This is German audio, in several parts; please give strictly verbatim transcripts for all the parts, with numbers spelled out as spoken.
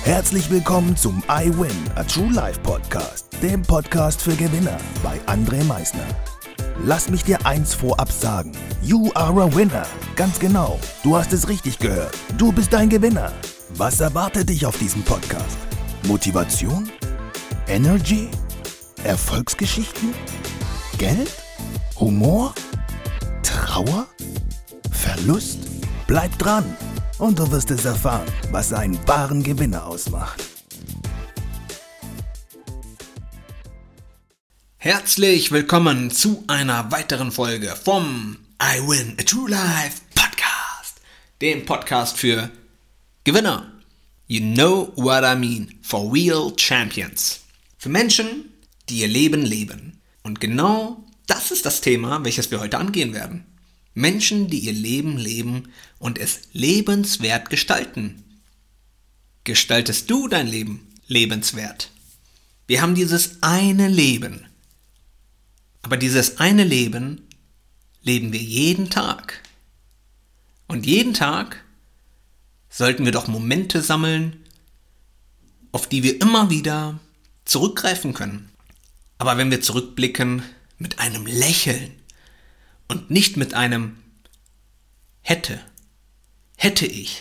Herzlich willkommen zum I Win, a True Life Podcast, dem Podcast für Gewinner bei André Meisner. Lass mich dir eins vorab sagen. You are a winner. Ganz genau. Du hast es richtig gehört. Du bist ein Gewinner. Was erwartet dich auf diesem Podcast? Motivation? Energy? Erfolgsgeschichten? Geld? Humor? Trauer? Verlust? Bleib dran und du wirst es erfahren, was einen wahren Gewinner ausmacht. Herzlich willkommen zu einer weiteren Folge vom I Win a True Life Podcast, dem Podcast für Gewinner. You know what I mean, for real champions. Für Menschen, die ihr Leben leben. Und genau das ist das Thema, welches wir heute angehen werden. Menschen, die ihr Leben leben und es lebenswert gestalten. Gestaltest du dein Leben lebenswert? Wir haben dieses eine Leben. Aber dieses eine Leben leben wir jeden Tag. Und jeden Tag sollten wir doch Momente sammeln, auf die wir immer wieder zurückgreifen können. Aber wenn wir zurückblicken mit einem Lächeln und nicht mit einem hätte, hätte ich.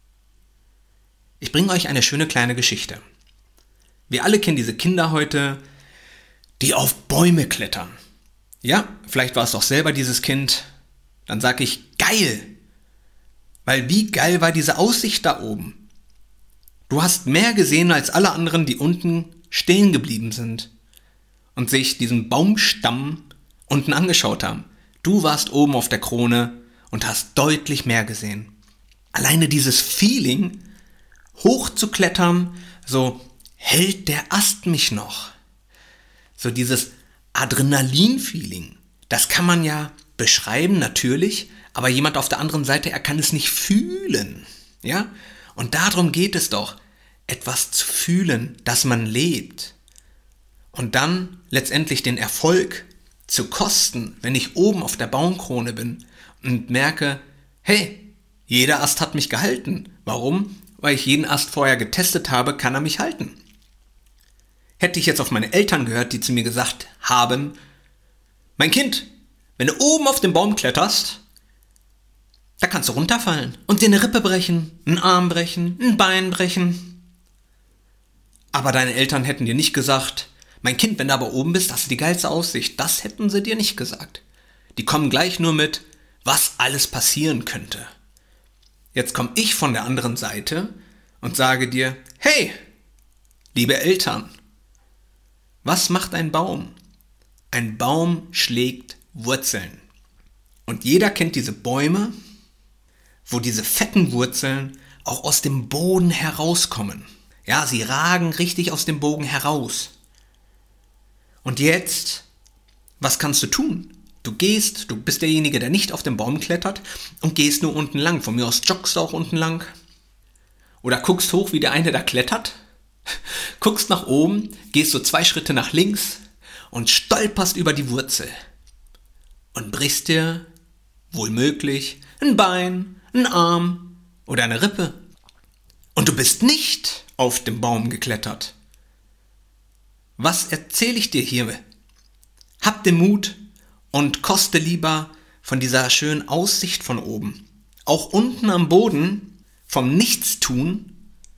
Ich bringe euch eine schöne kleine Geschichte. Wir alle kennen diese Kinder heute, die auf Bäume klettern. Ja, vielleicht war es doch selber dieses Kind. Dann sage ich, geil. Weil wie geil war diese Aussicht da oben? Du hast mehr gesehen als alle anderen, die unten stehen geblieben sind und sich diesen Baumstamm unten angeschaut haben. Du warst oben auf der Krone und hast deutlich mehr gesehen. Alleine dieses Feeling, hochzuklettern, so hält der Ast mich noch. So dieses Adrenalin-Feeling, das kann man ja beschreiben, natürlich, aber jemand auf der anderen Seite, er kann es nicht fühlen. Ja? Und darum geht es doch, etwas zu fühlen, dass man lebt. Und dann letztendlich den Erfolg zu kosten, wenn ich oben auf der Baumkrone bin und merke, hey, jeder Ast hat mich gehalten. Warum? Weil ich jeden Ast vorher getestet habe, kann er mich halten. Hätte ich jetzt auf meine Eltern gehört, die zu mir gesagt haben, mein Kind, wenn du oben auf den Baum kletterst, da kannst du runterfallen und dir eine Rippe brechen, einen Arm brechen, ein Bein brechen. Aber deine Eltern hätten dir nicht gesagt, mein Kind, wenn du aber oben bist, hast du die geilste Aussicht. Das hätten sie dir nicht gesagt. Die kommen gleich nur mit, was alles passieren könnte. Jetzt komme ich von der anderen Seite und sage dir, hey, liebe Eltern, was macht ein Baum? Ein Baum schlägt Wurzeln. Und jeder kennt diese Bäume, wo diese fetten Wurzeln auch aus dem Boden herauskommen. Ja, sie ragen richtig aus dem Boden heraus. Und jetzt, was kannst du tun? Du gehst, du bist derjenige, der nicht auf den Baum klettert und gehst nur unten lang. Von mir aus joggst du auch unten lang. Oder guckst hoch, wie der eine da klettert. Guckst nach oben, gehst so zwei Schritte nach links und stolperst über die Wurzel. Und brichst dir, wohl möglich, ein Bein, ein Arm oder eine Rippe. Und du bist nicht auf dem Baum geklettert. Was erzähle ich dir hier? Hab den Mut und koste lieber von dieser schönen Aussicht von oben. Auch unten am Boden, vom Nichtstun,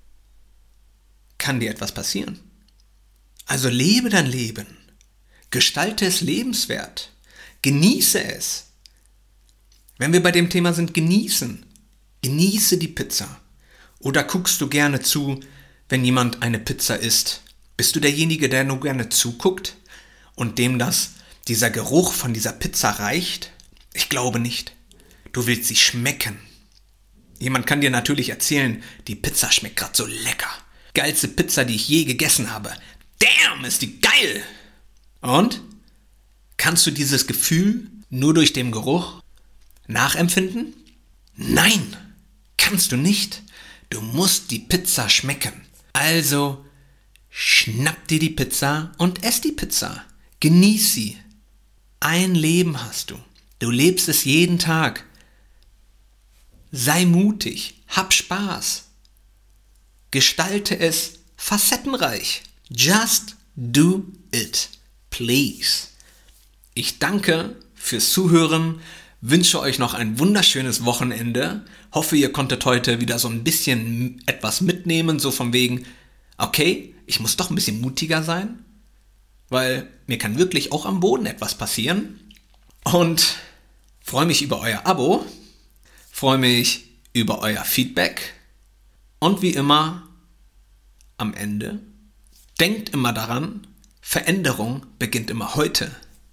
kann dir etwas passieren. Also lebe dein Leben. Gestalte es lebenswert. Genieße es. Wenn wir bei dem Thema sind, genießen. Genieße die Pizza. Oder guckst du gerne zu, wenn jemand eine Pizza isst? Bist du derjenige, der nur gerne zuguckt und dem das, dieser Geruch von dieser Pizza reicht? Ich glaube nicht. Du willst sie schmecken. Jemand kann dir natürlich erzählen, die Pizza schmeckt gerade so lecker. Geilste Pizza, die ich je gegessen habe. Damn, ist die geil! Und? Kannst du dieses Gefühl nur durch den Geruch nachempfinden? Nein, kannst du nicht. Du musst die Pizza schmecken. Also, schnapp dir die Pizza und ess die Pizza. Genieß sie. Ein Leben hast du. Du lebst es jeden Tag. Sei mutig. Hab Spaß. Gestalte es facettenreich. Just do it, please. Ich danke fürs Zuhören, wünsche euch noch ein wunderschönes Wochenende. Hoffe, ihr konntet heute wieder so ein bisschen etwas mitnehmen, so von wegen, okay, ich muss doch ein bisschen mutiger sein, weil mir kann wirklich auch am Boden etwas passieren. Und freue mich über euer Abo, freue mich über euer Feedback und wie immer am Ende, denkt immer daran, Veränderung beginnt immer heute.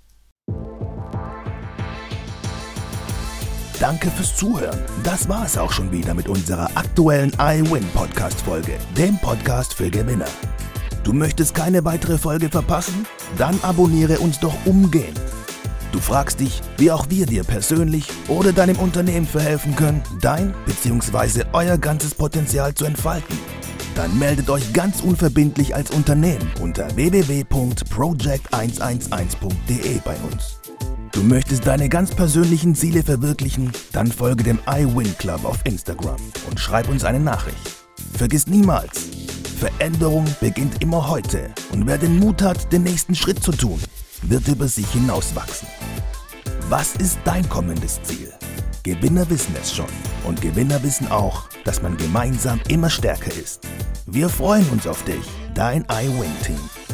Danke fürs Zuhören. Das war es auch schon wieder mit unserer aktuellen iWin-Podcast-Folge, dem Podcast für Gewinner. Du möchtest keine weitere Folge verpassen? Dann abonniere uns doch umgehend. Du fragst dich, wie auch wir dir persönlich oder deinem Unternehmen verhelfen können, dein bzw. euer ganzes Potenzial zu entfalten. Dann meldet euch ganz unverbindlich als Unternehmen unter w w w punkt project eins eins eins punkt d e bei uns. Du möchtest deine ganz persönlichen Ziele verwirklichen? Dann folge dem iWin Club auf Instagram und schreib uns eine Nachricht. Vergiss niemals, Veränderung beginnt immer heute und wer den Mut hat, den nächsten Schritt zu tun, wird über sich hinauswachsen. Was ist dein kommendes Ziel? Gewinner wissen es schon und Gewinner wissen auch, dass man gemeinsam immer stärker ist. Wir freuen uns auf dich, dein iWin-Team.